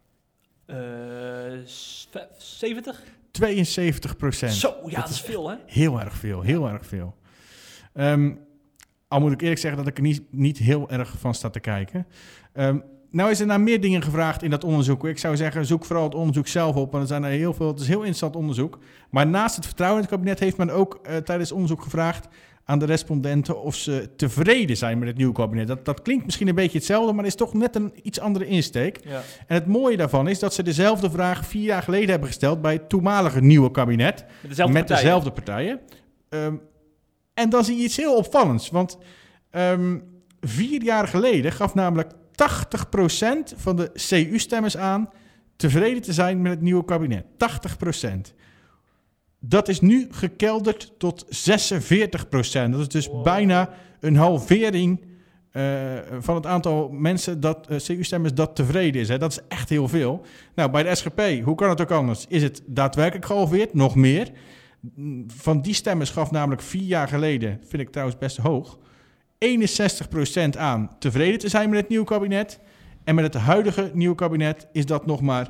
70? 72%. Zo, ja, dat is veel, hè? Heel erg veel. Al moet ik eerlijk zeggen dat ik er niet heel erg van sta te kijken. Nou is er naar meer dingen gevraagd in dat onderzoek. Ik zou zeggen, zoek vooral het onderzoek zelf op, want er zijn er heel veel. Het is een heel interessant onderzoek. Maar naast het vertrouwen in het kabinet heeft men ook tijdens het onderzoek gevraagd aan de respondenten of ze tevreden zijn met het nieuwe kabinet. Dat klinkt misschien een beetje hetzelfde, maar is toch net een iets andere insteek. Ja. En het mooie daarvan is dat ze dezelfde vraag 4 jaar geleden hebben gesteld bij het toenmalige nieuwe kabinet. Met dezelfde partijen. En dan zie je iets heel opvallends. Want 4 jaar geleden gaf namelijk 80% van de CU-stemmers aan tevreden te zijn met het nieuwe kabinet. 80%. Dat is nu gekelderd tot 46%. Dat is dus bijna een halvering van het aantal mensen, CU-stemmers, dat tevreden is. Hè. Dat is echt heel veel. Nou, bij de SGP, hoe kan het ook anders? Is het daadwerkelijk gehalveerd? Nog meer. Van die stemmers gaf namelijk 4 jaar geleden, vind ik trouwens best hoog, 61% aan tevreden te zijn met het nieuwe kabinet. En met het huidige nieuwe kabinet is dat nog maar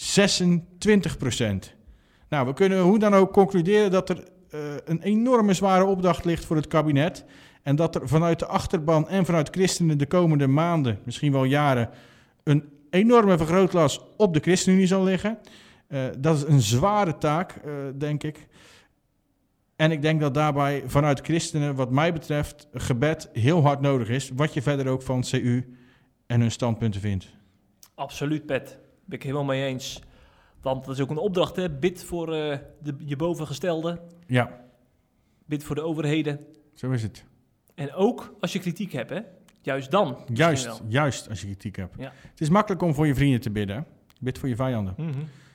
26%. Nou, we kunnen hoe dan ook concluderen dat er een enorme zware opdracht ligt voor het kabinet. En dat er vanuit de achterban en vanuit christenen de komende maanden, misschien wel jaren, een enorme vergrootglas op de ChristenUnie zal liggen. Dat is een zware taak, denk ik. En ik denk dat daarbij vanuit christenen, wat mij betreft, gebed heel hard nodig is. Wat je verder ook van CU en hun standpunten vindt. Absoluut, Pet. Ben ik helemaal mee eens. Want dat is ook een opdracht, hè? Bid voor je bovengestelde. Ja. Bid voor de overheden. Zo is het. En ook als je kritiek hebt, hè? Juist dan. Juist als je kritiek hebt. Ja. Het is makkelijk om voor je vrienden te bidden. Bid voor je vijanden. Mm-hmm.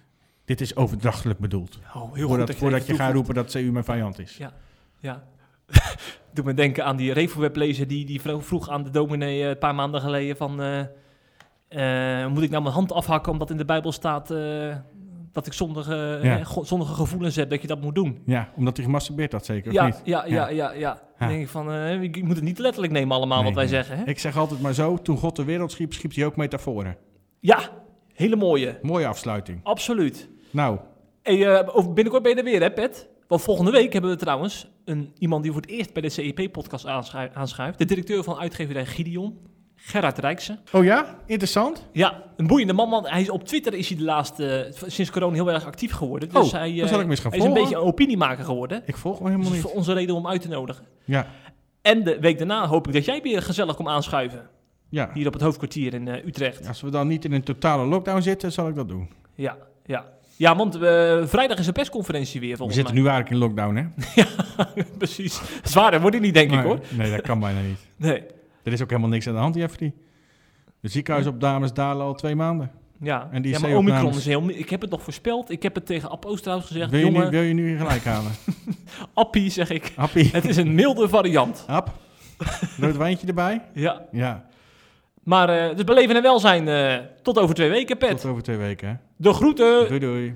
Dit is overdrachtelijk bedoeld. Oh, heel goed. Voordat je gaat roepen dat CU mijn vijand is. Ja. Doe me denken aan die Revo-weblezer die vroeg aan de dominee een paar maanden geleden van... moet ik nou mijn hand afhakken omdat in de Bijbel staat dat ik zondige gevoelens heb, dat je dat moet doen. Ja, omdat hij gemasturbeerd had zeker, of niet? Ja. Dan denk ik van, je moet het niet letterlijk nemen allemaal wat wij zeggen. Hè? Ik zeg altijd maar zo, toen God de wereld schiep, schiep hij ook metaforen. Ja, hele mooie. Mooie afsluiting. Absoluut. Nou. Binnenkort ben je er weer, hè, Pet? Want volgende week hebben we trouwens iemand die voor het eerst bij de CIP-podcast aanschuift. De directeur van uitgeverij Gideon, Gerard Rijksen. Oh ja? Interessant. Ja, een boeiende man. Op Twitter is hij de laatste, sinds corona, heel erg actief geworden. Dus dan zal ik hem eens gaan hij is een beetje een opiniemaker geworden. Ik volg hem helemaal dus niet. voor onze reden om uit te nodigen. Ja. En de week daarna hoop ik dat jij weer gezellig komt aanschuiven. Ja. Hier op het hoofdkwartier in Utrecht. Als we dan niet in een totale lockdown zitten, zal ik dat doen. Ja. Ja, want vrijdag is een persconferentie weer volgens mij. We zitten nu eigenlijk in lockdown, hè? Ja, precies. Zwaarder wordt het niet, denk ik, hoor. Nee, dat kan bijna niet. Nee. Er is ook helemaal niks aan de hand, Jeffrey. De ziekenhuisopnames dalen al 2 maanden. Ja, en die maar Omicron is heel... Ik heb het nog voorspeld. Ik heb het tegen App Oosterhuis gezegd. Wil je nu gelijk halen? Appie, zeg ik. Appie. Het is een milde variant. App. Rood wijntje erbij? Ja. Maar dus beleven en welzijn. Tot over 2 weken, Pet. Tot over 2 weken, hè. De groeten. Doei.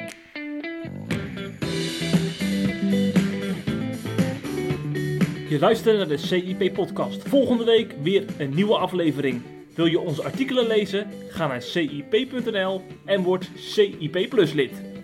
Je luistert naar de CIP-podcast. Volgende week weer een nieuwe aflevering. Wil je onze artikelen lezen? Ga naar cip.nl en word CIP Plus lid.